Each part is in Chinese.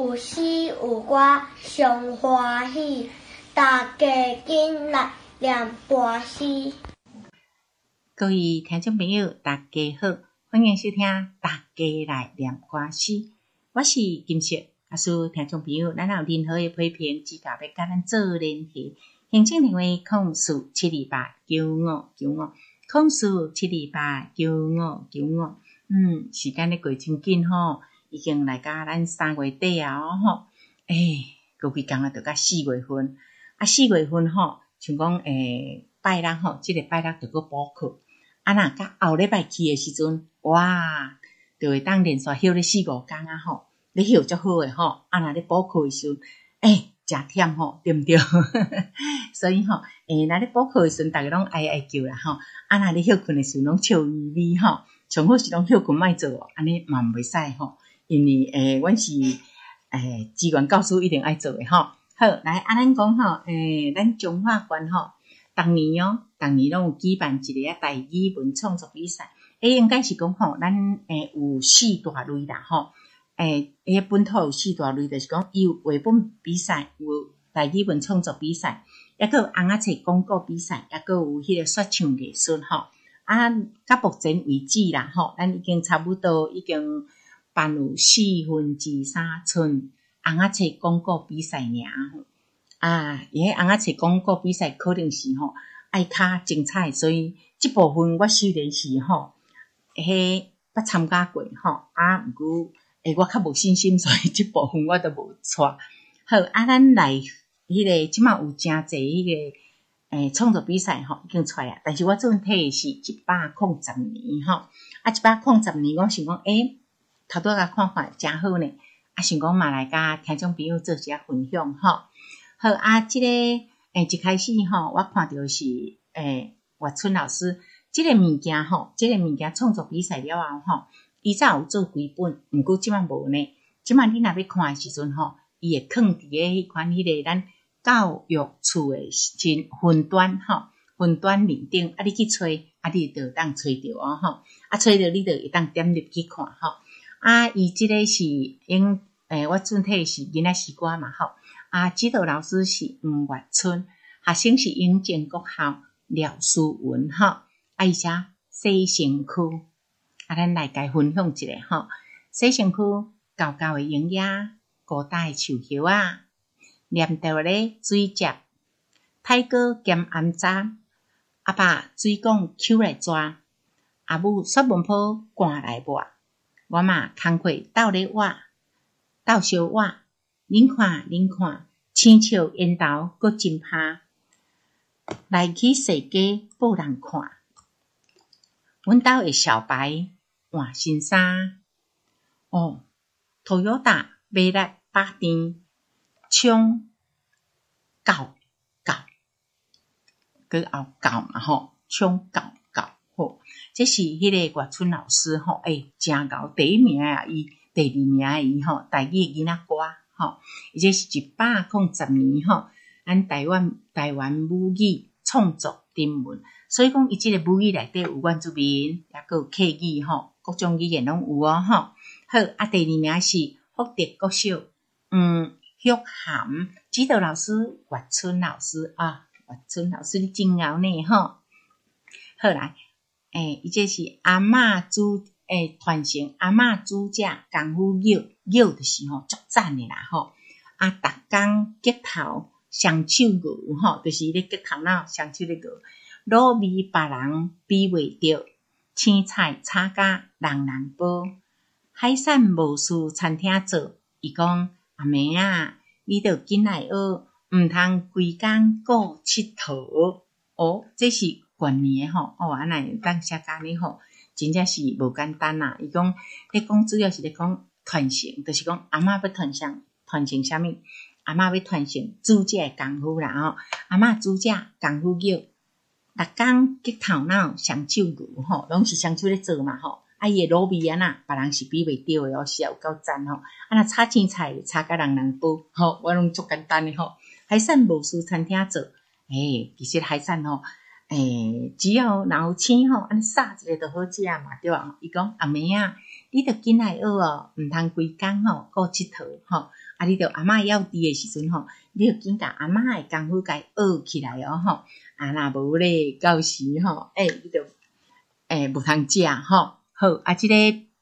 有诗有歌上欢喜，大家紧来念歌诗。 各位听众朋友，大家好，欢迎收听大家来念歌诗。我是金色，假使听众朋友，咱有任何的批评指教，要甲咱做联系，行政电话0472859595，0472859595。时间咧过真紧吼，已经来到咱3月底啊吼，过几工啊，就到4月份。4月份吼，像讲拜六吼，这个拜六就搁补课。若到后礼拜去的时阵，哇，就会当连续休咧4-5天啊吼，咧休足好诶吼。若咧补课的时阵，真忝吼，对毋对？所以吼，若咧补课的时阵，大家拢爱叫啦吼。若咧休困的时阵，拢笑眯眯吼。上好是拢休困莫做，安尼嘛袂使吼，因为阮是资源教师一定爱做诶吼。好，来咱讲吼，咱中华县吼，逐年拢有举办一个台语文创作比赛。应该是讲吼，咱有4大类啦吼。本土有4大类，就是讲伊有绘本比赛，有台语文创作比赛，抑佫有红仔册广告比赛，抑佫有迄个说唱艺术吼。到目前为止啦吼，咱已经差不多已经办有3/4寸红仔册广告比赛尔吼。伊迄红仔册广告比赛可能是吼爱较精彩，所以即部分我虽然是吼捌参加过吼，毋过我较无信心，所以即部分我都无带。好，咱来迄个即马有诚济迄个创作比赛吼已经出来啊，但是我阵摕的是110年吼，110年我想讲头拄甲看真好呢，想讲嘛来甲听众朋友做一下分享吼。好即个一开始吼，我看到是岳春老师即个物件吼，即个物件创作比赛了后吼，伊早有做几本，毋过即马无呢。即马你若要看的时阵吼，伊会放伫迄款迄个咱教育处的真云端吼，云端面顶你去找你就当找着吼，找着你就会当点入去看吼。伊即个是我准体是囡仔诗歌嘛吼。指导老师是吴岳春，学生是永靖国校廖淑文吼，伊写西城区，咱来甲分享一下吼。西城区厚厚的营野，古代的树叶啊，念到咧水接，太哥兼暗早，阿爸水管抽来抓，阿母雪文泡赶来抹，我嘛工课斗咧活，斗相活，恁看，青树烟头阁真拍，来去世界报人看。阮兜的小白换新衫，Toyota 买来8天，冲9，佮后9嘛吼，冲9吼，这是迄个岳春老师吼，真高第1名啊，伊第2名啊，伊吼台语囡仔歌吼，伊这是110年吼，咱台湾母语创作珍文，所以讲伊即个母语内底有原住民，也佫有客语吼，各种语言拢有吼。好，第2名是福德国小旭涵指导老师岳春老师岳春老师你真贤呢吼。好来，伊这是阿嬷煮传承阿嬷煮食功夫肉就是吼足赞的啦吼。逐工结头双手牛吼，就是咧结头脑双手咧牛，卤味别人比袂着，青菜炒甲人煲，海产无事餐厅做。伊讲阿妹啊，你着紧来学，毋通规工顾佚佗。这是悬念的吼，来当写甲呢吼，真正是无简单啦。伊讲咧讲主要是咧讲传承，就是讲阿嬷要传承啥物？阿嬷要传承煮食的功夫啦吼，阿嬷煮食功夫肉，逐工结头脑双手牛吼，拢是双手咧做嘛吼。伊的卤味别人是比袂着的是有够赞吼。若炒青菜炒甲人煲吼，我拢足简单的吼。海产无事餐厅做，其实海产吼，只要若有青吼，安尼撒一个就好食嘛，对吧？伊讲阿妹啊， 你着紧来学哦，毋通规工吼顾佚佗吼。啊，你着阿嬷要伫诶时阵吼，你着紧甲阿嬷诶功夫甲伊学起来哦吼。啊，若无咧，到时吼，你着无通食吼。好，啊，即个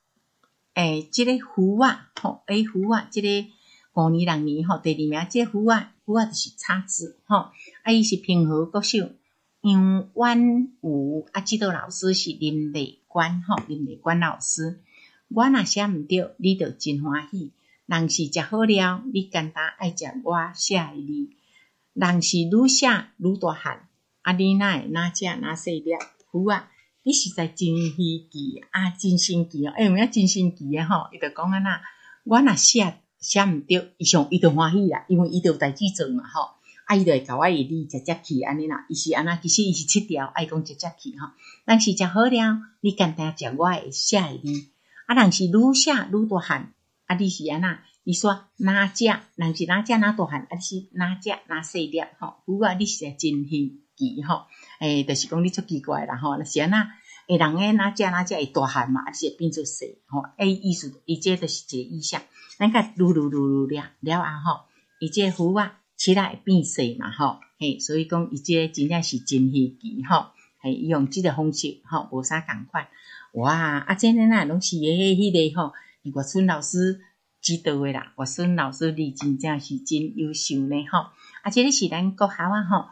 胡啊，吼，胡啊，即个5年6年吼，第2名，即个胡啊就是叉子吼。啊，伊是平和国小杨婉武啊，指导老师是林丽娟吼，林丽娟老师。我若写毋对，你着真欢喜。人是食好了，你简单爱食我写诶字。人是愈写愈大汉，啊，你哪会哪食哪细粒胡啊？你实在真稀奇啊，真神奇哦！有影真神奇诶吼，伊着讲安那，我若写毋对，伊着欢喜啦，因为伊着有代志做嘛吼。啊，伊就会甲我一字直接去安尼啦。伊是安那，其实伊是7条，爱讲直接去吼。人是食好了，你简单食我会写诶字。啊，人是愈写愈大汉，啊，你是安那？你说哪食？人是哪食哪大汉？啊，你是哪食哪细粒吼？有啊，你实在真稀奇吼。就是讲你足奇怪啦吼。若是安那？人诶哪食哪食会大汉嘛？啊，是会变做细吼。意思，伊这就是一个意象。咱甲撸了啊吼，伊这胡啊起来会变细嘛吼。所以讲伊这真正是真稀奇吼。伊用即个方式吼，无啥共款。哇！啊，这个呐拢是迄个吼，岳春老师指导诶啦。岳春老师你真正是真优秀呢吼。啊，这个是咱国校啊吼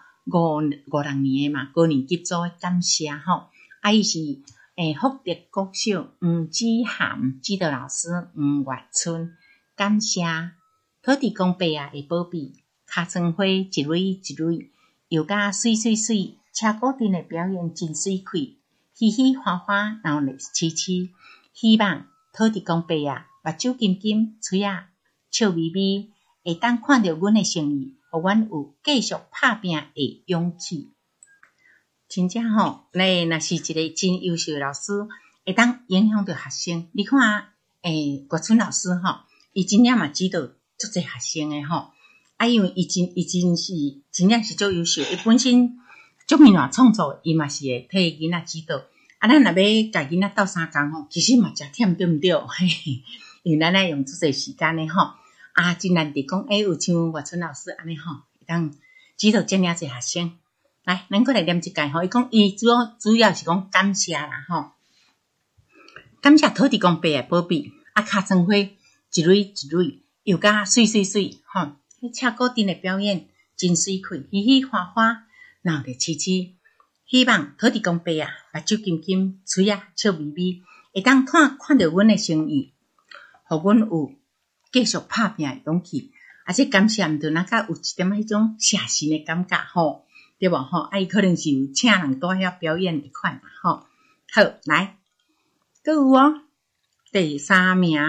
，5-6年诶嘛，高年级组诶感谢吼。啊，伊是福德国小黄子涵指导老师岳春，感谢土地公伯啊诶保庇，尻川花一蕊一蕊，又甲水，车鼓阵诶表演真水快。嘻嘻哈哈，闹热凄凄，希望土地公伯啊，目睭金金，嘴啊笑眯眯，会当看到阮诶诚意，互阮有继续拍拼诶勇气。真正吼，若是一个真优秀诶老师，会当影响到学生。你看岳春老师吼，伊真正嘛指导足侪学生诶吼。啊，因为伊真正是足优秀，伊本身足物乱创作，伊嘛是会替囡仔指导。啊，咱若要甲囡仔斗相共吼，其实嘛真忝，对毋对？嘿嘿，因为咱爱用足侪时间诶吼。啊，真难得讲，有像岳春老师安尼吼，会当指导遮尔侪学生。来，咱过来念一解吼。伊讲，伊主要是讲感谢啦吼，感谢土地公伯诶保庇。啊，尻川花一蕊一蕊，又甲水吼。迄车鼓阵诶表演真水快，嘻嘻哈哈，闹热凄凄。希望土地公伯啊，目睭金金，嘴啊笑眯眯，会当看到阮诶诚意，互阮有继续拍拼诶勇气。啊，这感谢毋着咱甲有一点迄种写信诶感觉吼，对无吼？啊，伊可能是有请人在遐表演一款吼。好，来，搁有哦，第3名，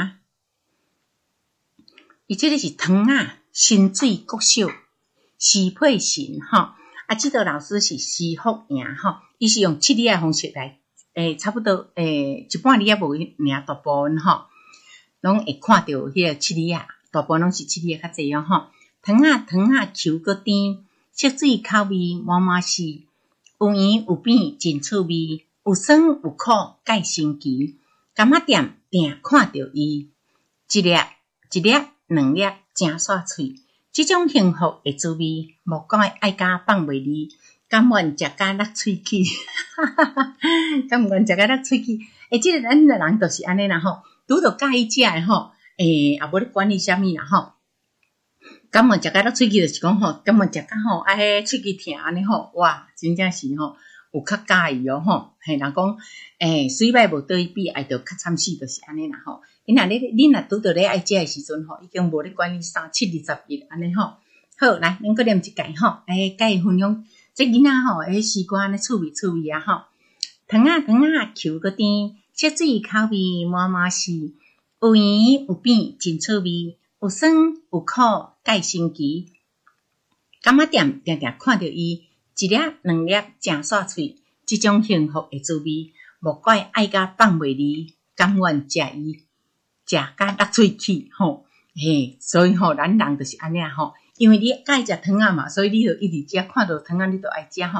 伊这个是糖啊。新水国小徐佩琴吼，啊，指导老师是施福阳吼，伊是用7字诶方式来，差不多一半字也无尔大部分吼，拢会看到迄个7字啊，大部分拢是7字较济哦吼。糖啊球搁甜，色水口味满满是，有圆有扁真趣味，有酸有苦介神奇。柑仔店定看到伊，一粒2粒。真煞脆，这种幸福的滋味，莫讲爱甲放袂离，甘愿食甲落喙齿，甘愿食甲落喙齿。这个咱人就是安尼啦吼，拄着介意食的吼，也无咧管你啥物啦吼。甘愿食甲落喙齿就是讲吼，甘愿食甲吼，喙齿疼安尼吼，哇，真正是吼有较介意哦吼。人讲水歹无倒去比，爱着较惨死，就是安尼啦吼。你若拄着咧爱食诶时阵吼，已经无咧管你3、7、21安尼吼。好，来，咱搁念一解吼，甲伊分享，这囡仔吼，时光安尼趣味啊吼。糖啊球搁甜，色水口味满满是，有圆有扁真趣味，有酸有苦介神奇。柑仔店定定看到伊1粒2粒真煞脆，这种幸福诶滋味，莫怪爱甲放袂离，甘愿食伊。食甲落喙齿吼，所以吼，咱人就是安尼啊吼。因为你介食糖仔嘛，所以你就一直食，看到糖仔你就爱食吼。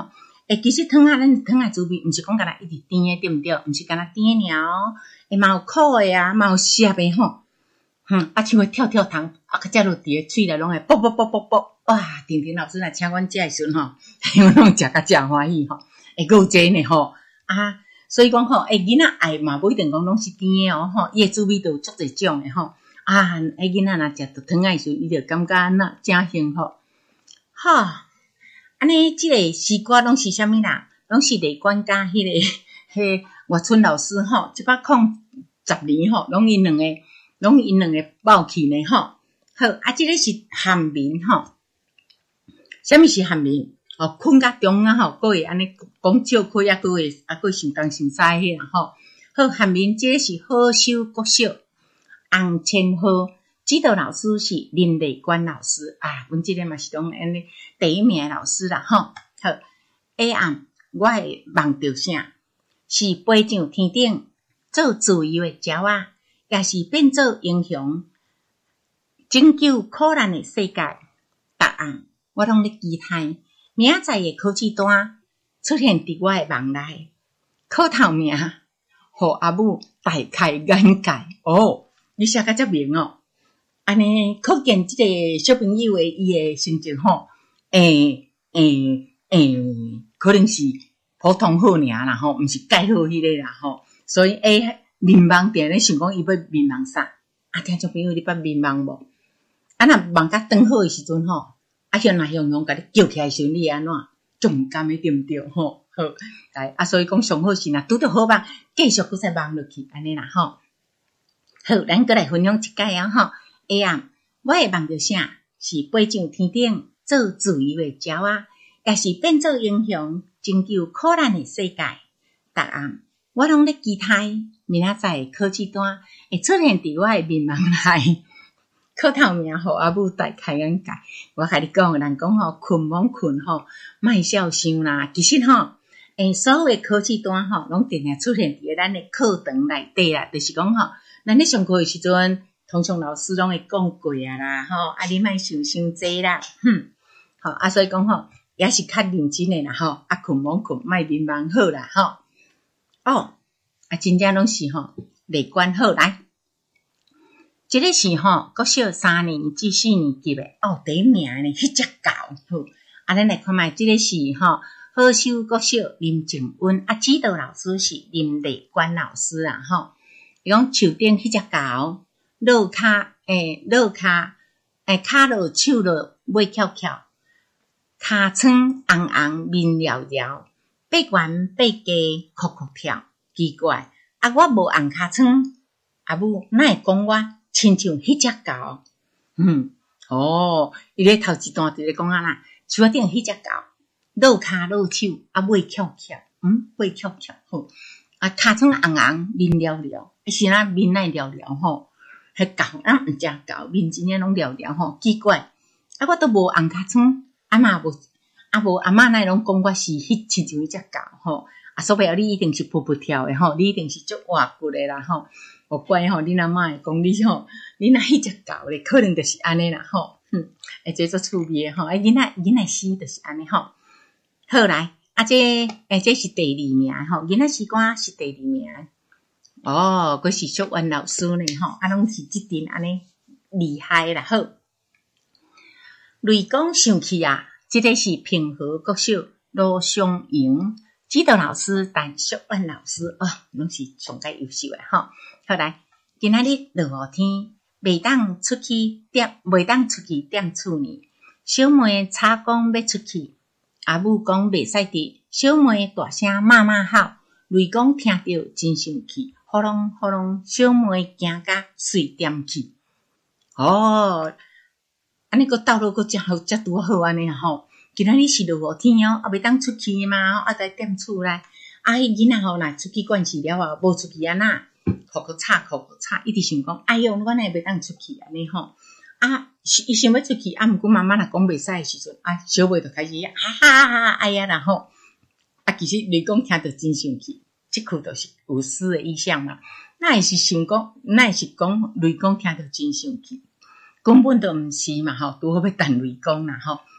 其实汤啊，咱汤的滋味，毋是讲干那一直甜的，对毋对？毋是干那甜的尔，嘛有苦的啊，嘛有涩的吼。像个跳跳糖，较食落伫个喙内拢会啵啵啵啵啵，哇！婷婷老师来请阮食的时阵吼，因为拢食甲真欢喜吼，还有这呢吼所以讲吼，囡仔爱嘛无一定讲拢是甜的哦吼，伊的滋味都有足侪种的吼囡仔若食着汤的时阵，伊就感觉安那真幸福。安尼即个诗歌拢是啥物啦？拢是雷管甲迄个岳春老师吼，10010年吼，拢因两个报去呢吼。好即个是汉文吼。啥物是汉文？困甲中吼，佫会安尼讲笑开佫会想东想西迄啦吼。好，汉文即个是好修国小洪千鹤指导老师是林雷关老师阮即个嘛是拢安尼第一名的老师啦吼。好，下暗我会梦着啥？是飞上天顶，做自由的鸟仔，也是变做英雄，拯救苦难的世界。答案我拢咧期待，明仔载的考试单出现伫我的梦内，考头名，互阿母大开眼界。你写甲遮明哦，安尼可见即个小朋友的伊的心情吼，可能是普通好尔啦吼，毋是介好迄个啦吼，所以迷茫定咧想讲伊要迷茫啥？听众朋友你捌迷茫无？若梦甲转好的时阵吼，向甲你叫起来时阵，你安怎？就毋甘的对毋对吼？好，来所以讲上好是若拄着好梦，继续再梦落去安尼啦吼。好，咱过来分享一解吼。下暗我会梦着啥？是飞上天顶，做自由的鸟仔，也是变做英雄，拯救苦难的世界。答案我拢咧期待，明仔载考试单会出现伫我的面盲内，考头名互阿母大开眼界。我甲你讲，人讲吼，困罔困吼，莫笑想啦。其实吼，所有的考试单吼，拢定定出现伫咱的课堂内底啦，就是讲吼。咱咧上课的时阵，通常老师拢会讲过啦，吼，你莫想伤济啦，好所以讲吼，也是较认真的啦，吼，困罔困，莫迷茫好啦，吼，真正拢是吼，乐观好来，这个是吼，国小3年至4年级的第一名呢，迄只教，好，咱来看卖，这个是吼，好修国小林静温指导老师是林乐观老师啦，吼。伊讲树顶迄只猴，落骹，骹落手落尾翘翘，尻川红红面聊聊，八悬八低哭哭跳，奇怪，我无红尻川，阿母哪会讲我亲像迄只猴？伊咧头一段就咧讲啦，树顶迄只猴，落骹落手，尾翘翘，尾翘翘，好。尻川红红面聊聊，是那面内聊聊吼，迄狗毋食狗，面真正拢聊聊吼，奇怪，我都无红尻川，无阿嬷那拢讲我是亲像迄只狗吼，所以你一定是噗噗跳的吼，你一定是足活骨的啦吼，无怪吼，恁阿嬷会讲你吼，你若迄只狗咧，可能就是安尼啦吼，这做趣味的吼，囡仔诗就是安尼吼，好来。这是第2名吼，囡仔诗歌是第2名。佫是淑媛老师呢吼，拢是即阵安尼厉害啦。好，雷公上去这个是平和国小罗湘莹指导老师，但淑媛老师拢是上界优秀的吼。好来，今仔日落雨天，袂当出去踮厝呢。小妹吵讲要出去。阿母讲袂使滴，小妹大声骂吼，雷公听着真生气，呼隆呼隆，小妹惊甲碎点去。安尼个斗落个真好，真拄好安尼吼。今仔日是落雨天袂当出去嘛，在踮厝内。囡仔若出去惯势了无出去安那，哭吵，一直想讲，哎哟，我哪会袂当出去安尼吼。伊想要出去，毋过妈妈若讲袂使的时阵，小妹就开始哎呀然后，其实雷公听着真生气，即句就是有诗的意象嘛。那会是讲雷公听着真生气，根本就毋是嘛吼，拄好要等雷公啦吼。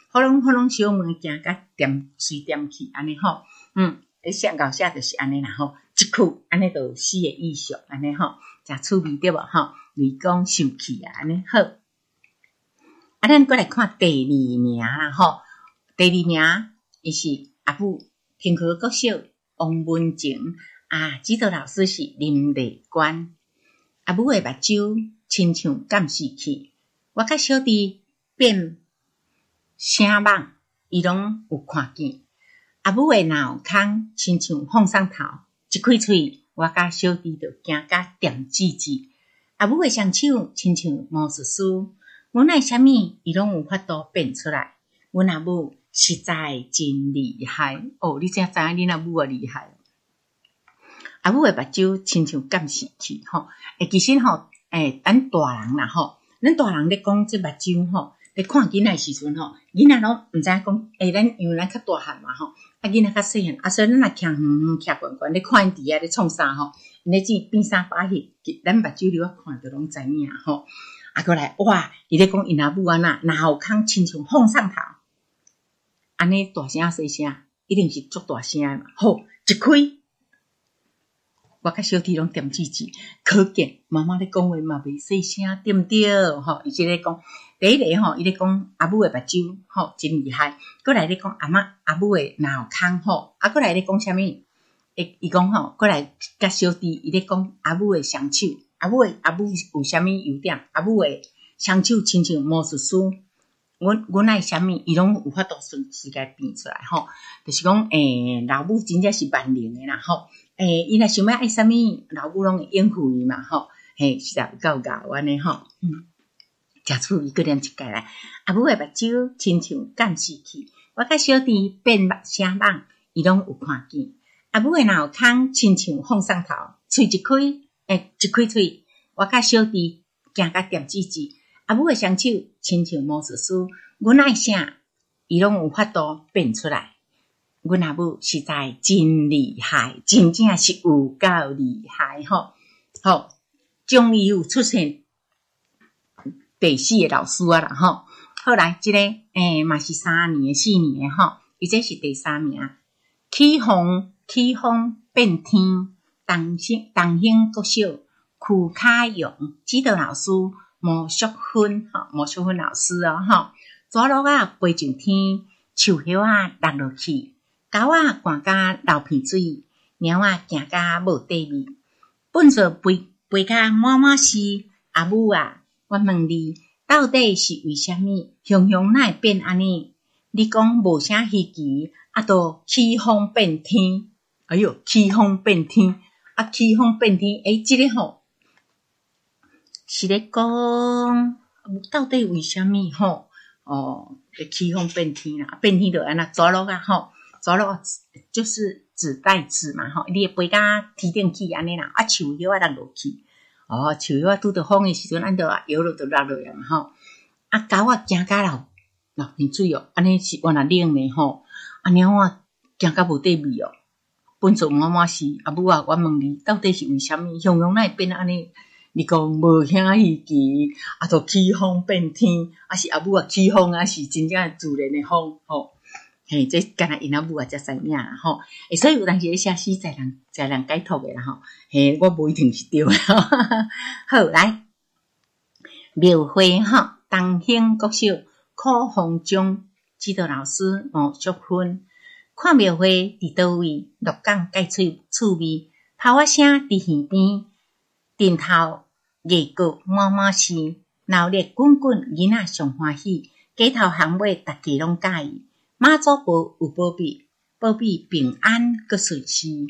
呼隆小门行甲随点去安尼吼，写搞写就是安尼啦吼，一句安尼就死的意思安尼吼，诚趣味对无吼？雷公受气啊安尼好。咱过来看第二名啦吼，第二名伊是阿母天科国小王文静指导老师是林丽娟。阿母的目睭亲像监视器，我甲小弟变声网，伊拢有看见。阿母的脑孔亲像放送头，一开喙，我甲小弟就惊甲点指指。阿母的双手亲像魔术师，无奈啥物伊拢有法度变出来。阮阿母实在真厉害哦！你才知影恁阿母啊厉害。阿母的目睭亲像监视器吼，其实吼，咱大人啦吼，咱大人咧讲这目睭吼，咧看囡仔时阵吼，囡仔拢毋知影讲，咱因为咱较大汉嘛吼，囡仔较细汉，所以咱若徛徛悬悬咧看因伫遐咧创啥吼，因咧只变啥把戏，咱目睭流看着拢知影吼。过来哇，伊咧讲因阿母安那脑孔亲像放送头，安尼大声细声，一定是足大声嘛。好，一开。我甲小弟拢点指指，可见妈妈咧讲话嘛袂细声，对毋对？吼，伊即咧讲第一个吼，伊咧讲阿母诶目睭吼真厉害，过来咧讲阿母诶脑孔吼，过来咧讲啥物？伊讲吼，过来甲小弟伊咧讲阿母诶双手，阿母有啥物优点？阿母诶双手亲像魔术师，阮爱啥物，伊拢有法度瞬时间变出来吼。就是讲老母真正是万能诶啦吼。伊若想要爱啥物，老母拢会应付伊嘛吼，实在有够够安尼吼，诚趣味，佫念一届来。阿母诶目睭亲像监视器，我甲小弟变声网，伊拢有看见。阿母诶脑孔亲像放送头，喙一开喙，我甲小弟行甲点指指。阿母诶双手亲像魔术师，阮爱啥，伊拢有法度变出来。阮阿母实在真厉害，真正是有够厉害吼！好，终于有出现第4个老师啊啦吼！后来即个嘛是3年4年吼，伊这是第3名。起风变天，东兴国小曲卡用指导老师魔淑芬老师吼，纸落飞上天，树叶落落去。狗赶甲流鼻水，猫行甲无地味，本座背甲满是阿母啊！我问你，到底是为虾米？雄哪会变安尼？你讲无啥稀奇，都起风变天。哎哟，起风变天，即个吼是咧讲到底为虾米吼？起风变天啦，变天就安那走路吼。走路就是纸袋子嘛吼，你背甲天顶去安尼啦，树叶落落去，树叶拄着风诶时阵，就摇落就落落来嘛吼。狗行甲流鼻水安尼是原来冷诶吼。猫行甲无地味本座满是阿母啊，我问你，到底是为虾米？雄哪会变安尼？你讲无啥稀奇，就起风变天，是阿母起风是真正自然诶风吼。这敢若因阿母才知影啦吼，所以有当时咧写诗在人解读诶啦吼，我无一定是对诶吼。好来，庙会吼，东兴国小柯凤中指导老师魔淑芬，看庙会伫倒位，鹿港介趣味，炮仔声伫耳边，顶头艺歌满是，闹热滚滚，囡仔上欢喜，街头巷尾大家拢喜意。妈祖婆有保庇平安佮顺遂，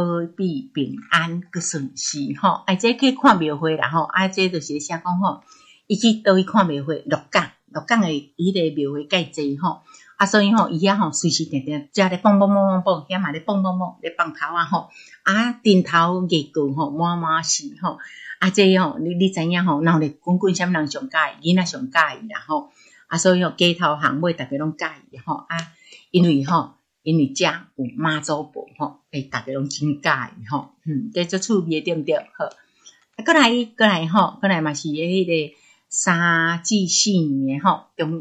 吼！这去看庙会啦吼，这就是写讲吼，伊去倒去看庙会，鹿港诶，伊个庙会介济吼，所以吼，伊遐吼随时定定，遮咧蹦，遐嘛咧蹦咧放头吼，顶头艺歌吼满是吼，这吼你知影吼，闹热滚滚，啥物人上喜意，囡仔上喜意啦吼。所以街头巷尾大家拢喜意吼因为遮有妈祖婆吼，大家拢真喜意吼，这足趣味对毋对？好，过来吼，过来嘛是迄个3至4年吼，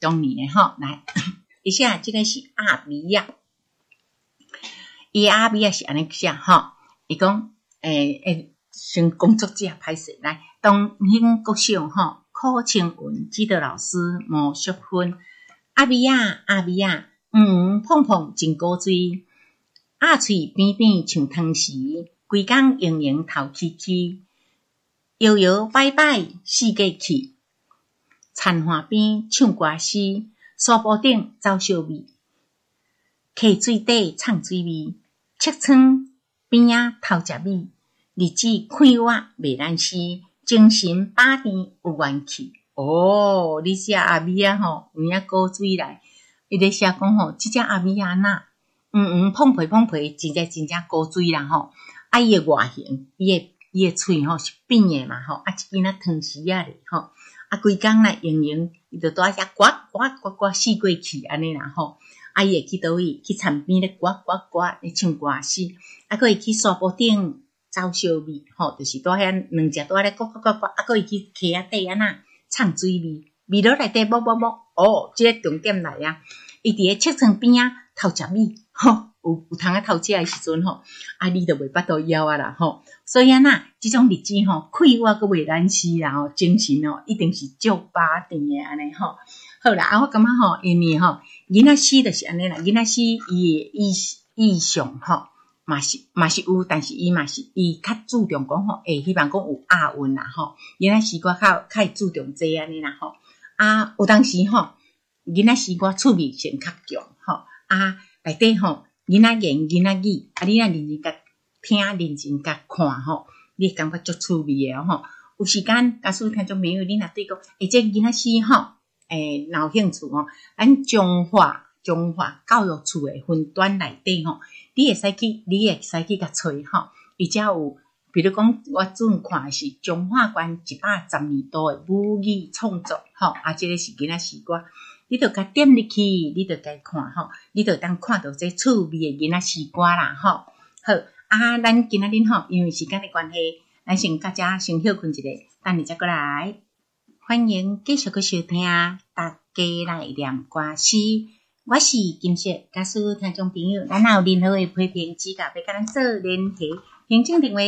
中年的吼，来，而且这个是阿米亚，伊阿米亚是安尼写吼，伊讲先工作者歹势来，东兴国小吼，柯清文指导老师毛淑芬，阿米亚，碰碰真古锥，鸭喙边边像汤匙，规工盈盈头起起，摇摇摆摆四界去，田花边唱歌诗，沙坡顶走小味，溪水底唱水味，切窗边仔偷食米，日子快活袂难死，精神百变有元气。哦，你写阿米啊吼，有影古水来，伊咧写讲吼，即只阿米啊呐，碰皮，真正古水啦吼。啊，伊诶外形，伊诶喙吼是扁诶嘛吼，啊一支呐汤匙仔咧吼，啊规工来盈盈，伊就拄仔遐呱四过去安尼啦吼。啊，伊会去倒位去田边咧呱咧唱歌诗，啊，佫会去沙坡顶走小味吼，就是拄遐两只拄仔咧呱，啊，佫会去溪仔底安那唱水味，味道内底啵，哦，即个重点来啊！伊伫咧切床边仔偷食米，吼，有通啊偷食诶时阵吼，啊，你就袂巴肚枵啊啦吼，所以啊呐，即种日子吼，快活佫袂难死啦吼，精神哦一定是足饱甜诶安尼吼。好啦，啊，我感觉吼，因为吼，囡仔诗就是安尼啦，囡仔诗伊诶意象吼，嘛是有，但是伊较注重讲吼，希望讲有押韵啦吼，囡仔诗歌较会注重这安尼啦吼，啊，有当时吼，囡仔诗歌趣味性较强吼，啊，内底吼，囡仔言囡仔语，啊，你若认真甲听，认真甲看吼，你会感觉足趣味诶吼，有时间，假使听众朋友，你若对讲，这囡仔诗吼。若有兴趣吼，咱中华教育处诶分段内底吼，你会使去甲找吼，伊遮有，比如讲我阵看是中华关110年度诶母语创作吼，啊，这个是囡仔诗歌，你着甲点入去，你着甲看吼，你着当看到这趣味诶囡仔诗歌啦吼。好啊，咱今仔日吼，因为时间诶关系，咱先甲遮先休困一下，等下再过来。欢迎继续去收听，大家来念歌诗。我是金雪，假使听众朋友，咱若有任何的批评指教，要甲咱做联系，行政电话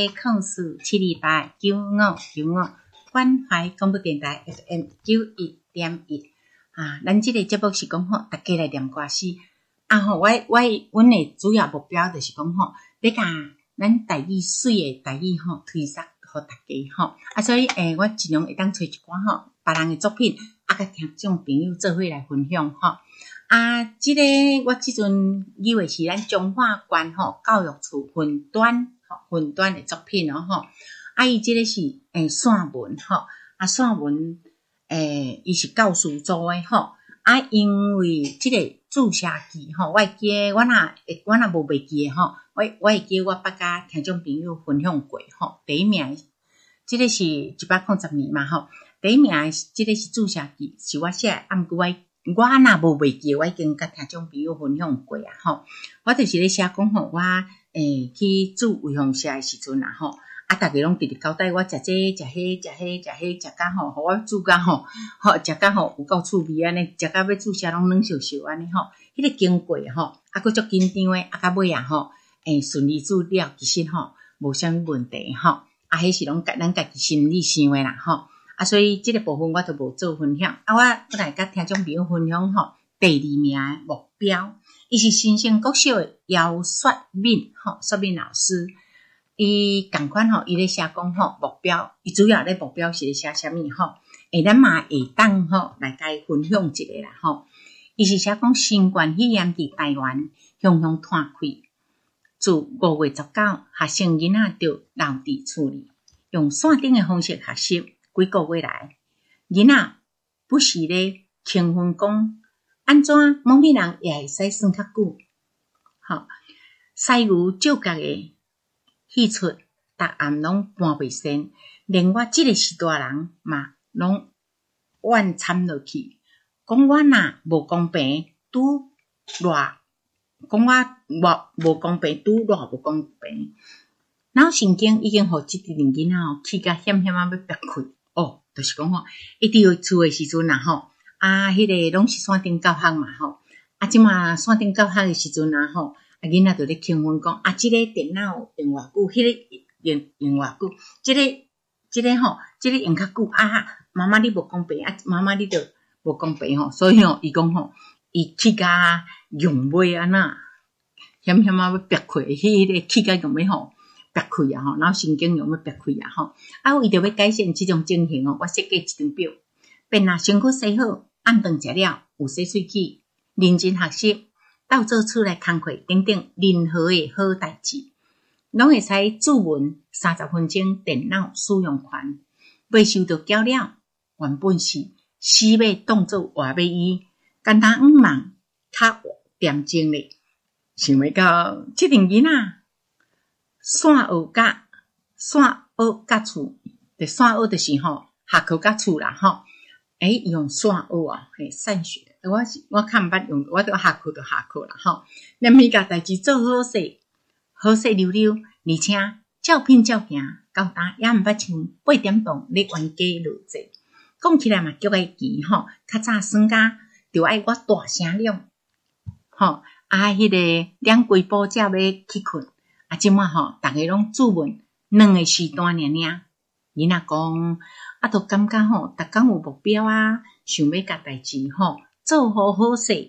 0472859595，关怀广播电台 FM 91.1。啊，咱即个节目是讲吼，大家来念歌诗。啊吼，阮的主要目标就是讲吼，要甲咱台语水的台语吼推送。互大家吼，啊，所以我尽量会当找一寡吼别人的作品，啊，甲听众朋友做伙来分享吼。啊，即个我即阵以为是咱中华关吼教育处分段的作品咯吼。啊，伊即个是散文吼，啊，散文伊是教师做诶吼。啊，因为即个注写记吼，我会记我若无袂记诶吼。我会记我捌甲听众朋友分享过吼，第一名，即个是110年嘛吼，第一名即个是注写记，是我写，啊，毋过我若无袂记，我已经甲听众朋友分享过啊吼，我就是咧写讲吼，我去煮卫风社诶时阵啊吼，啊，逐个拢直直交代我食这食迄食甲吼，互我煮甲吼，食甲吼有够趣味安尼，食甲要注写拢软烧烧安尼吼，迄个经过吼，啊，佫足紧张诶，啊，到尾啊吼。顺利做了，其实吼无啥物问题吼，啊，迄是拢咱家己心里想诶啦吼，啊，所以即个部分我都无做分享，啊，我来甲听众朋友分享吼，第2名诶目标，伊是新生国小诶姚雪敏吼，雪敏老师，伊共款吼，伊咧写讲吼目标，伊主要咧目标是咧写啥物吼，咱嘛会当吼来甲伊分享一下啦吼，伊是写讲新冠肺炎伫台湾向向摊开。自5月19，学生囡仔着留伫厝里，用线顶诶方式学习。几个月来，囡仔不时咧兴奋讲，安怎某某人也会使算较久？吼，西牛照角诶戏出，逐暗拢搬袂sen，连我即个是大人嘛，拢怨惨落去。讲我若无公平，拄偌。讲我无公平，拄偌无公平。脑神经已经互即个囡仔气甲险险啊要憋开。哦，就是讲吼，伊伫厝诶时阵啊吼， 迄个拢是线顶教学嘛吼，即马线顶教学的时阵啊吼，囡仔就咧兴奋讲即个电脑用偌久，迄个用偌久，即个吼，即个用较久妈妈你无讲白妈妈你着无讲白吼，所以伊讲吼，伊去甲用尾安那，险要逼开，迄个去甲用尾吼逼开吼，然后神经用要逼开吼，为着要改善即种情形我设计一张表，便若身躯洗好，暗顿食了，有洗喙齿，认真学习，到做厝内工课等等任何的好代志，拢会使注文30分钟电脑使用权，未受到教了，原本是死要当作活要医，简单忙较恬静咧，想要到即阵囡仔线学甲厝，线学就是吼下课甲厝啦吼，用线学啊，散学，我看毋捌用，我着下课啦吼，连物件代志做好势，好势溜溜，而且照拼照行，交单也毋捌像8点钟咧冤家落座，讲起来嘛足会记吼，较早算甲着爱我大声量，吼迄个两规步才要去困，即满吼，逐个拢注文2个时段尔，囡仔讲都感觉吼，逐工有目标想要甲代志吼做好势，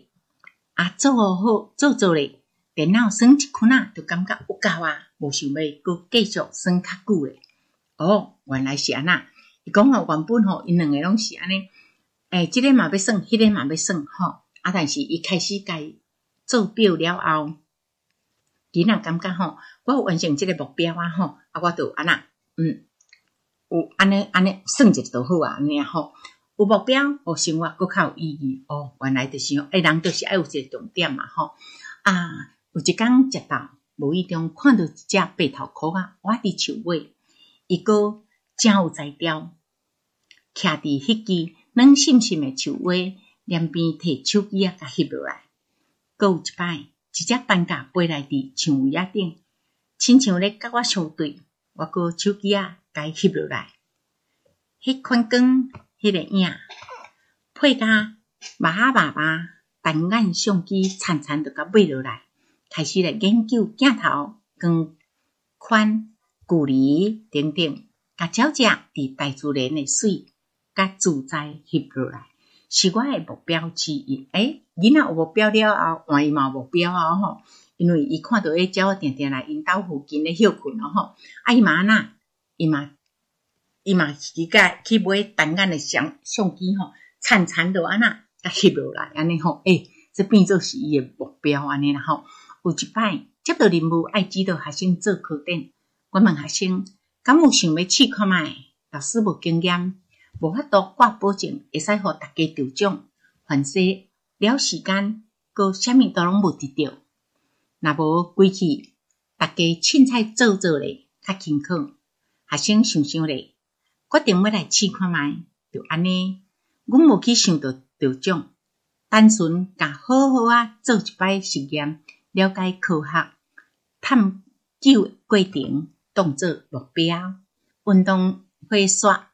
做咧，电脑算一困就感觉有够无想要搁继续算较久咧。原来是安那。伊讲原本因两个拢是安尼，即个嘛要算，迄个嘛要算吼，但是伊开始家做表了后，囡仔感觉我有完成即个目标我就安那，有安尼算一下就好安尼有目标，生活搁较有意义。原来就是人就是爱有一个重点嘛有一天食到无意中看到一只白头壳活伫树尾，伊个真有才调，徛伫迄支软深深的树尾，两边摕手机甲翕落来。搁有一摆，一只斑甲飞来伫树尾顶，亲像咧甲我相对，我搁手机甲翕落来。迄款光，迄个影，配甲麻单眼相机惨就甲买落来，开始来研究镜头、光宽、距离等等，甲照只伫大自然的水甲自在翕落来，是我的目标之一。囡仔有目标了后，换伊嘛有目标因为伊看到迄鸟定定来因兜附近咧休困伊嘛安那，伊嘛去买单眼的相机惨就安那甲翕落来安尼这变做是伊的目标安尼啦有一摆接到任务爱指导学生做课程，我问学生敢有想要试看卖？老师无经验，无法度挂保证会使互大家得奖，反正了时间，搁啥物都拢无得到。若无规矩，大家凊彩做咧，较轻巧。学生想咧，决定要来试看卖，就安尼。阮无去想到得奖，单纯甲好做一摆实验，了解科学探究的过程，当作目标。运动会刷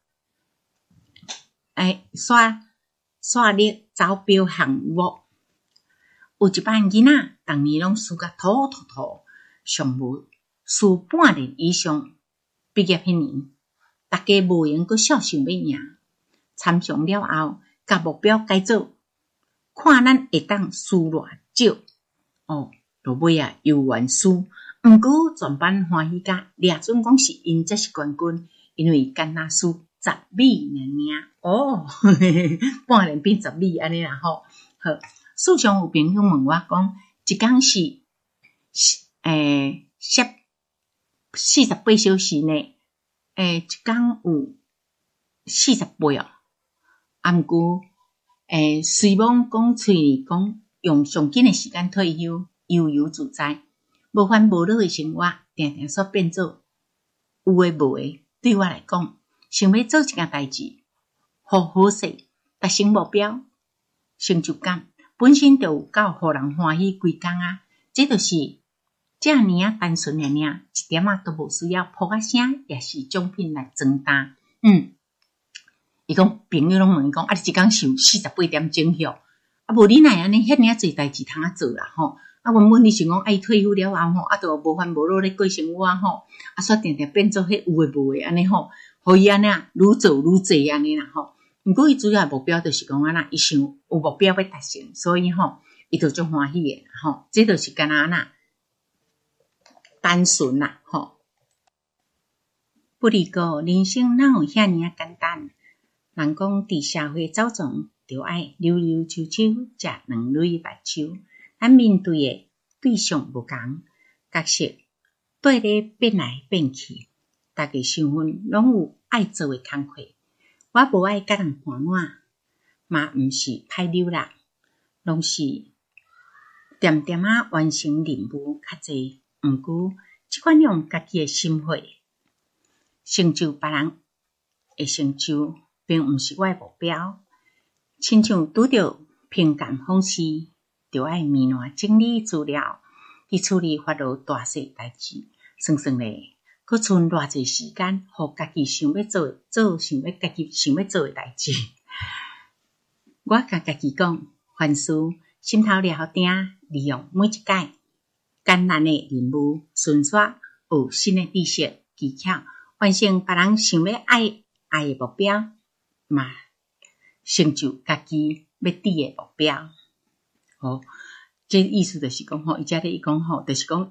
力走标项目。有一班囡仔，逐年拢输甲吐，上无输半年以上。毕业迄年，大家无闲阁笑想要赢。参详了后，甲目标改做，看咱会当输偌少。落尾又原输，毋过全班欢喜甲掠准讲是因才是冠军，因为干那输10米尔。半年变10米安尼啦好，事上有朋友问我讲，一工是48小时内，一工有40倍毋过虽望讲嘴里讲用上紧的时间退休，悠游自在，无烦无恼的生活，定定煞变做有诶无诶。对我来讲，想要做一件代志，好势，达成目标，成就感，本身就有够互人欢喜规工这就是这尔单纯一点都无需要扑声，也是奖品来装大。伊伊讲朋友拢问伊讲，啊，你一工上48点钟休，啊，无你哪安尼遐尔济代志通啊做啦吼。啊，原本你想讲，伊退休了后吼，啊，都无烦无恼咧过生活吼，啊，煞定定变做迄有诶无诶安尼吼，互伊安尼愈做愈济安尼啦吼。毋过伊主要诶目标就是讲安那，伊想有目标要达成，所以吼，伊就足欢喜诶吼。这就是干那安那单纯啦吼。不离过人生哪有遐尔简单？人讲伫社会走总，着爱溜溜秋秋，食两蕊目睭。咱面对诶对象无同，角色对咧变来变去，大家身份拢有爱做诶工课。我无爱甲人寒暖，嘛毋是歹溜人，拢是点点啊完成任务较济。毋过，即款用家己诶心血成就别人诶成就，并毋是我诶目标。亲像拄着评鉴方式。着爱面烂整理资料，伫处理法律大细代志，算算咧，佫剩偌济时间，互家己想要做家己想要做诶代志。我甲家己讲，凡事心头了定，利用每一摆艰难诶任务，顺续有新诶知识技巧，完成别人想要爱诶目标，嘛成就家己要伫诶目标。吼，这意思就是讲吼，伊遮咧伊讲吼，就是讲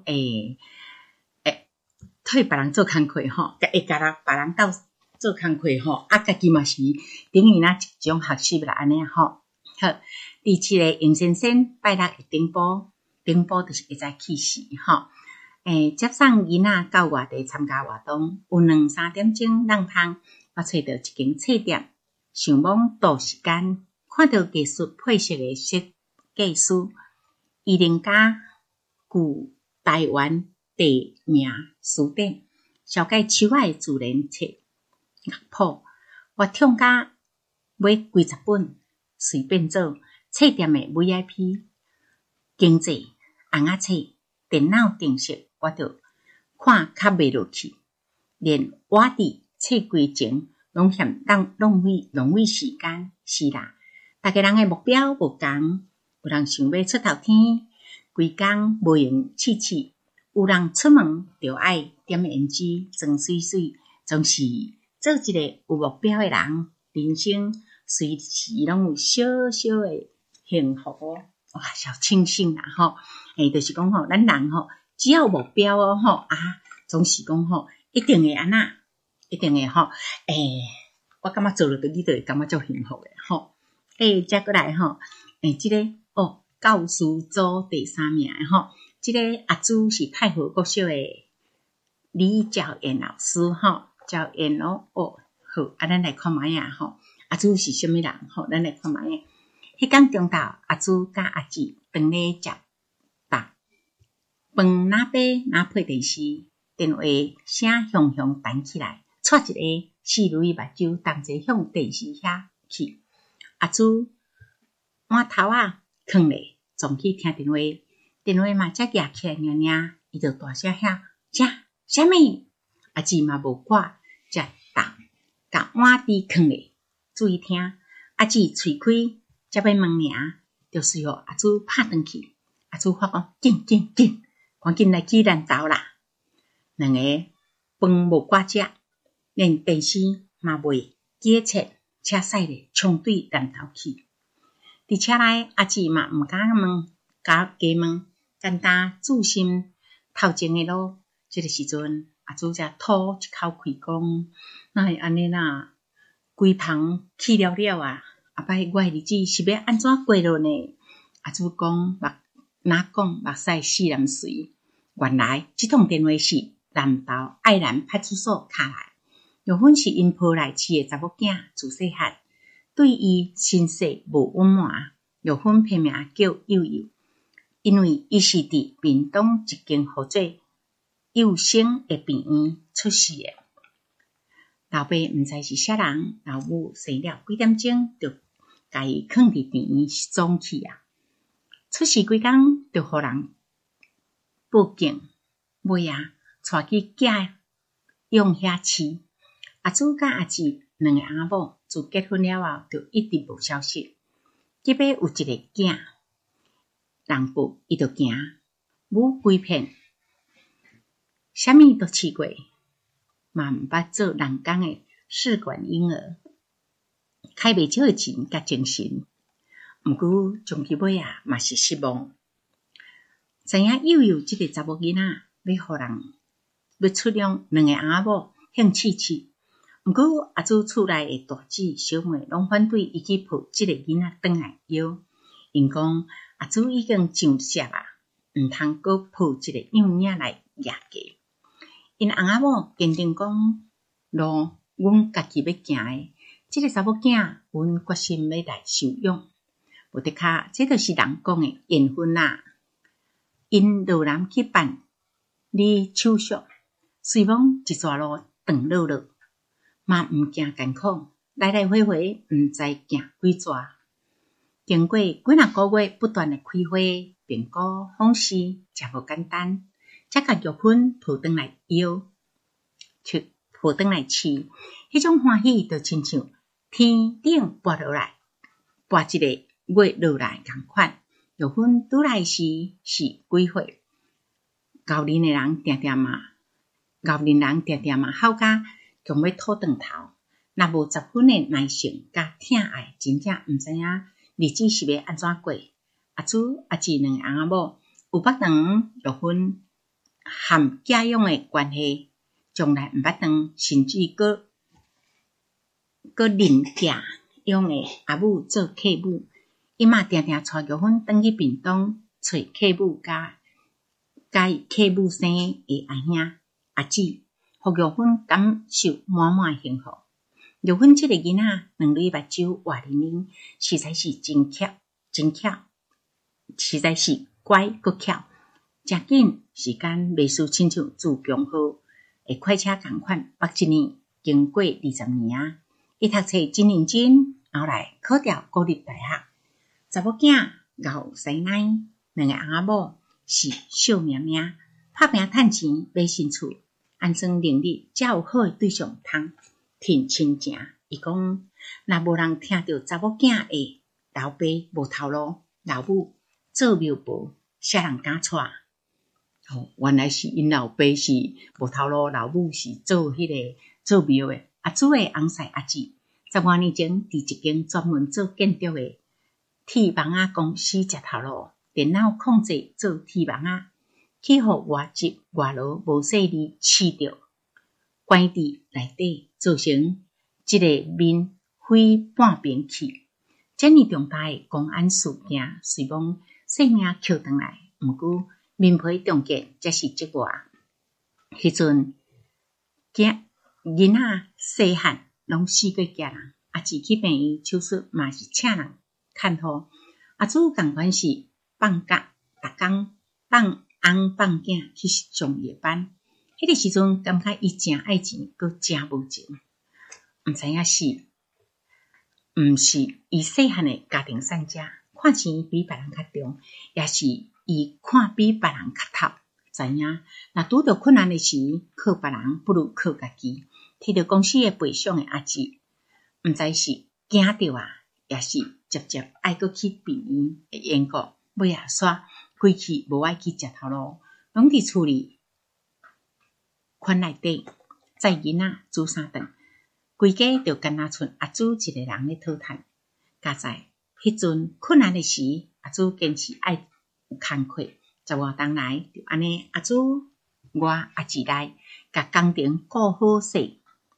替别人做工课吼，会甲别人斗做工课吼，啊，家己嘛是等于一种学习啦，安尼吼。好，第七个杨先生拜六会顶埔就是会知去世吼。接送囡仔到外地参加活动，有2-3点钟人通，我找到一间册店，上网倒时间，看到技术配色的设计师伊人家据台湾地名书店小介手仔的自然册乐谱，我抢甲买几十本，随便做册店的 VIP 经济红仔册电脑定式，我就看较袂落去，连我伫册柜前拢嫌浪费时间。是啦，大家人的目标无同。有人想要出头天，规工无用试试；有人出门就爱点胭脂、装水水，总是做一个有目标的人，人生随时拢有小小的幸福哦，哇，小庆幸啦吼！就是讲吼，咱人吼，只要有目标哦吼啊，总是讲吼，一定会安那，一定会吼，我感觉做了对你就会感觉足幸福的吼。接过来吼，这个。教师组第3名的吼，这个阿朱是太和国小的李教燕老师吼，教燕咯好，咱来看卖啊吼，阿朱是什么人吼？咱来看卖啊。迄天中昼，阿朱甲阿姊当咧食饭，饭若买若配电视，电话声雄雄弹起来，带一个4蕊目睭，同齐向电视遐去。阿朱满头啊囥咧。总去听电话，电话嘛才举起来领领，伊就大声喊：啥物？阿姊嘛无管，才答甲碗底囥咧，注意听。阿姊喙开，才要问名，就随后阿朱拍转去。阿朱发讲：紧，赶紧来去咱兜啦！两个饭无挂食，连电视嘛未记切，车驶咧冲对咱头去。伫车内，阿姊嘛毋敢问，加问，简单注心头前的路。这个时阵，阿朱才吐一口气讲：哪会安尼啦？规棚去了啊！后摆我的日子是要安怎过落呢？阿朱讲目屎四人随。原来这通电话是南投爱兰派出所打来，有份是因抱来饲的查某囝，自细汉。对伊身世无温暖，有份批名叫幼幼，因为伊是伫屏东一间号做幼生的病院出世的。老爸毋知是啥人，老母生了几点钟就甲伊囥伫病院送去啊。出事几工就互人报警，尾啊带去寄用遐饲。阿祖甲阿姊两个阿某自结婚了后就一直无消息。即摆有一个囝，人父伊就惊，母规骗，啥物都试过，嘛毋捌做人工诶试管婴儿，开袂少诶钱甲精神，毋过终其尾啊嘛是失望。知影幼幼即个查某囡仔要互人要出养2个翁仔某，兴试试。毋过阿祖厝内诶大姊小妹拢反对伊去抱即个囡仔转来摇，因讲阿祖已经上色啊，毋通阁抱一个幼婴来野家。因翁仔某坚定讲，路阮家己要行诶，即个查某囝阮决心要来收养。无得卡，这就是人讲诶缘分啦。因落南去办理手续，随往一逝路长落落，嘛毋惊艰苦，来来回回毋知行几逝。经过几若个月不断诶开花、评估、访视，诚无简单，才甲玉芬抱转来摇，抱转来饲，迄种欢喜就亲像天顶拔落来，拔一个月落来共款。玉芬拄来时是几岁，高龄诶人定定嘛好甲强要吐断头，若无10分诶耐性甲疼爱，真正毋知影日子是要安怎过。阿祖阿姊2个翁仔某有捌当玉芬含寄养诶关系，将来毋捌当，甚至阁另寄养诶阿母做客母。伊嘛定定带玉芬转去屏东找客母甲客母生诶阿兄阿姊，互玉芬感受满满幸福。玉芬即个囡仔两蕊目睭活灵灵，实在是真巧，实在是乖阁巧。诚紧时间袂输亲像自强号诶快车共款，目一年经过20年啊！伊读册真认真，后来考调国立大学。查某囝熬师奶，2个翁仔某是小命命，拍拼趁钱买新厝，安装能力才有好诶对象通挺亲情。伊讲，若无人听到查某囝诶老爸无头路，老母做庙婆，啥人敢娶？原来是因老爸是无头路，老母是做做庙诶。阿祖诶翁婿阿姊，10多年前伫一间专门做建筑诶铁网仔公司食头路，电脑控制做铁网仔，去互外籍外劳无细字饲着，关伫内底，造成一个面飞半边去。遮尔重大诶公安事件，随往性命扣转来，毋过面皮中结才是即外。迄阵囡仔细汉拢死过家人，阿姊去病院手术嘛是请人看护。阿祖共款是放假，逐工放翁放囝去上夜班。迄个时阵感觉伊诚爱钱，阁诚无情。毋知影是毋是伊细汉诶家庭产者，看钱比别人较重，也是伊看比别人较透。知影若拄着困难诶时，靠别人不如靠家己。摕着公司诶赔偿诶阿姊，毋知是惊着啊，也是直爱阁去病院诶缘故，尾仔煞规气无爱去食头路，拢伫厝里款内底载囡仔煮三顿，规家就干那剩阿祖一个人咧讨趁。加在迄阵困难诶时，阿祖坚持爱有工课，10外冬来就安尼，阿祖我阿姊来甲工程顾好势，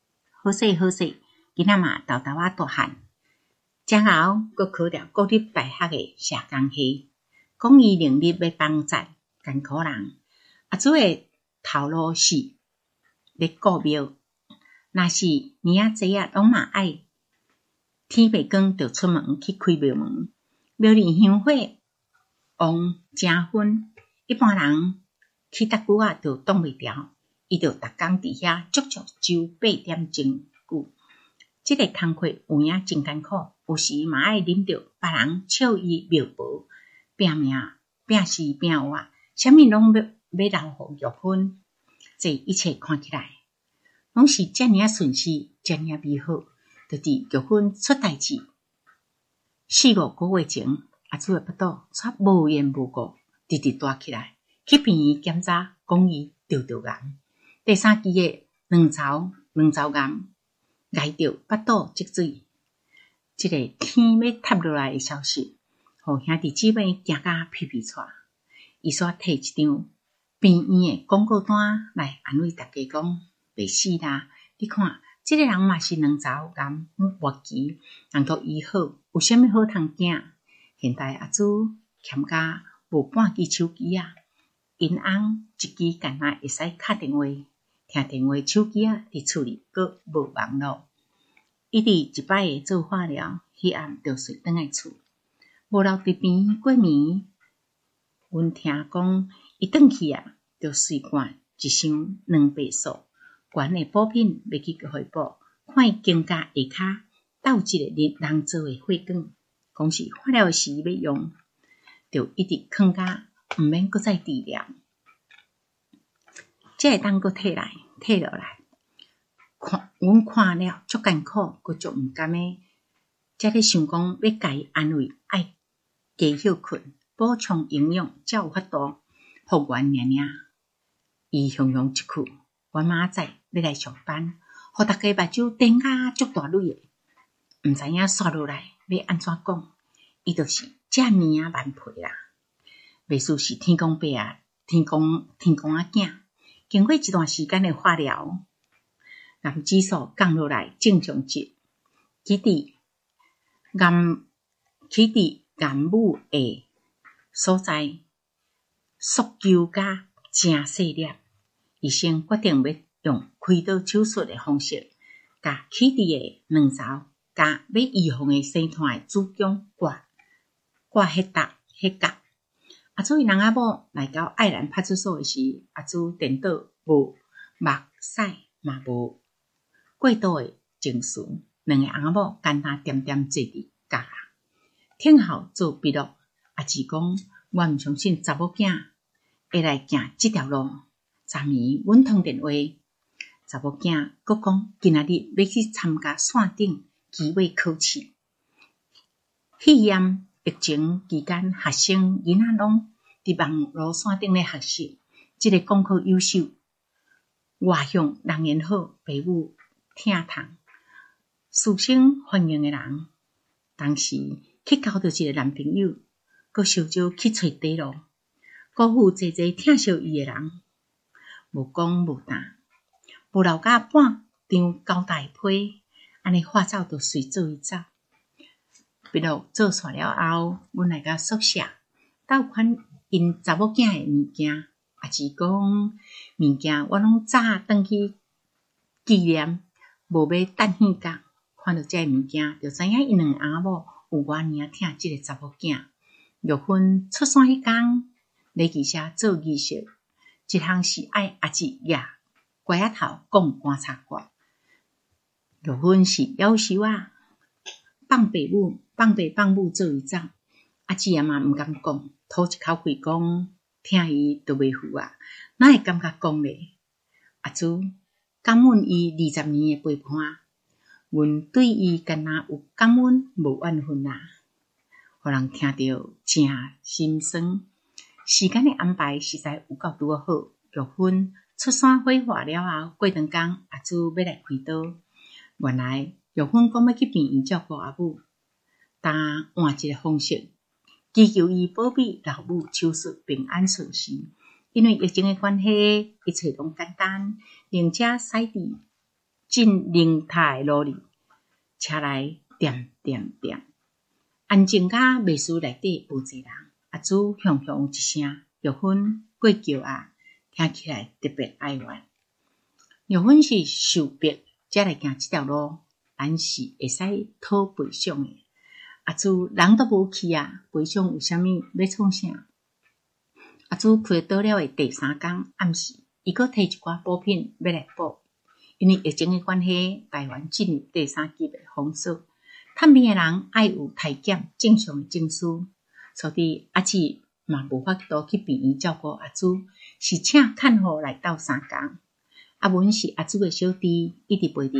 囡仔嘛豆豆仔大汉。之后阁考了国立大学诶社工系，讲伊能力要帮助艰苦人。阿祖诶头路是要顾庙，若是年仔节拢嘛爱天未光就出门去开庙门，庙里香火旺正薰，一般人去叨久啊就挡袂牢，伊就逐工伫遐足足周8点钟久。即个工课有影真艰苦，有时嘛爱啉着别人笑伊庙婆，拼命拼死拼活，啥物拢要留互玉芬。这一切看起来拢是遮尔顺遂，遮尔美好。 就伫玉芬出代志4-5个月前，阿祖的腹肚却无缘无故直直大起来，去病院检查，讲伊得癌。第3期的卵巢癌，挨着腹肚积水，这个天要塌落来的消息，互兄弟姊妹惊甲皮皮喘。伊煞摕一张病院的广告单来安慰大家讲，袂死啦！你看，这个人嘛是卵巢癌末期，人都医好，有啥物好通惊？现在阿祖欠甲无半支手机啊，因翁一支干那会使敲电话，听电话手机啊伫厝里阁无网络。伊伫一摆的做化疗，迄暗就睡转来厝，无留伫边过暝。阮听讲，伊转去啊，就随灌一箱2倍数悬的补品要去回报，看伊肩胛下骹斗一个人做的血管，讲是化疗时要用，就一直囥甲毋免搁再治疗，才会当搁退落来。阮看了足艰苦，搁足毋甘的，才咧想讲要甲伊安慰，爱加休困，补充营养，才有法度互阮娘娘。伊雄雄一去，阮妈仔要来上班，互大家目睭瞪甲足大蕊的，毋知影刷落来要安怎讲，伊就是遮命啊万倍啦！袂输是天公伯啊，天公仔囝，经过一段时间的化疗，癌指数降落来正常值，起伫癌母的所在，缩球甲正细粒。医生决定要用开刀手术的方式，甲起伫的卵巢甲要预防的生团的子宫挂血角。阿祖伊人仔某来到爱兰派出所的时，阿祖颠倒无目屎，嘛无过度的情绪，两个翁仔某简单点坐伫角啊，听候做笔录。阿姊讲，我毋相信查某囝会来行这条路。昨暝阮通电话，查某囝佫讲今仔日要去参加线顶期末考试。迄验疫情期间，学生囡仔拢伫网络线顶咧学习，即个功课优秀，外向人缘好，父母疼痛，师生欢迎的人。当时去交到一个男朋友，佫烧酒去找底路，辜负济疼惜伊的人。无讲无答，无留甲半张胶带批，安尼化走就随做伊走。笔录做煞了后，阮来到宿舍，倒款因查某囝的物件，阿姊讲物件我拢早转去纪念，无要等现讲。看到这物件，就知影因两翁某有偌尔疼这个查某囝。玉芬出山迄天，礼仪社做仪式。一项是爱阿姊举拐仔头讲观察歌，玉芬是夭寿啊，放爸母做伊走，阿姊也嘛毋敢讲，吐一口气讲，听伊都袂赴啊，哪会感觉讲咧？阿祖感恩伊20年的陪伴，阮对伊敢若有感恩无怨恨啊，互人听着正心酸。时间的安排实在有够拄好。玉芬出山火化了后，过两天阿祖要来开刀。原来玉芬讲要去病院照顾阿母，但换一个方式，祈求伊保庇老母手术平安顺遂。因为疫情的关系，一切拢简单，灵车驶伫进灵塔的路里，车来点，安静甲袂输内底无侪人。阿祖雄雄一声，玉芬过叫啊，听起来特别哀怨。玉芬是受逼才来行这条路，咱是会使讨赔偿的。阿祖人都无去啊，赔偿有啥物要创啥？阿祖开刀了的第3天暗时，伊阁摕一寡补品要来补，因为疫情的关系，台湾进入第3级的封锁，探病的人爱有体检正常的证书。所以阿姊嘛无法度去病院照顾阿祖，是请看护来斗3天。阿文是阿祖的小弟，一直陪伫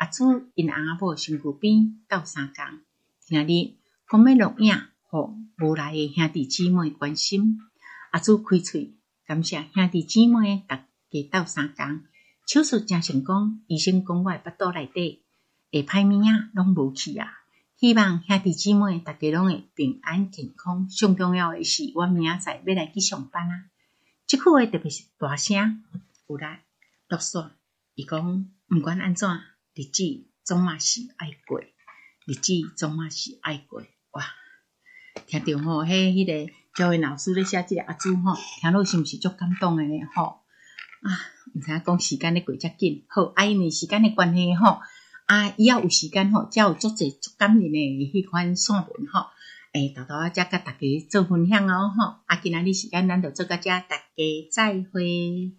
阿珠因翁仔某身躯边斗相共，今仔日讲要录影，互无来诶兄弟姊妹关心。阿珠开喙感谢兄弟姊妹大家斗相共，手术真成功，医生讲我诶腹肚内底下歹物仔拢无去啊！希望兄弟姊妹大家拢会平安健康，上重要诶是，我明仔载要来去上班啊！即句话特别是大声，有来落线。伊讲，毋管安怎，日子总嘛是爱过，日子总嘛是爱过。哇！听到吼，迄个教育老师咧写即个阿珠吼，听落是毋是足感动诶呢？吼啊！毋知影讲时间咧过遮紧，好，因为时间诶关系吼。以后有时间吼，才有足侪足感人诶迄款线文吼，豆豆才甲大家做分享哦吼。今仔日时间咱就做到遮，大家再会。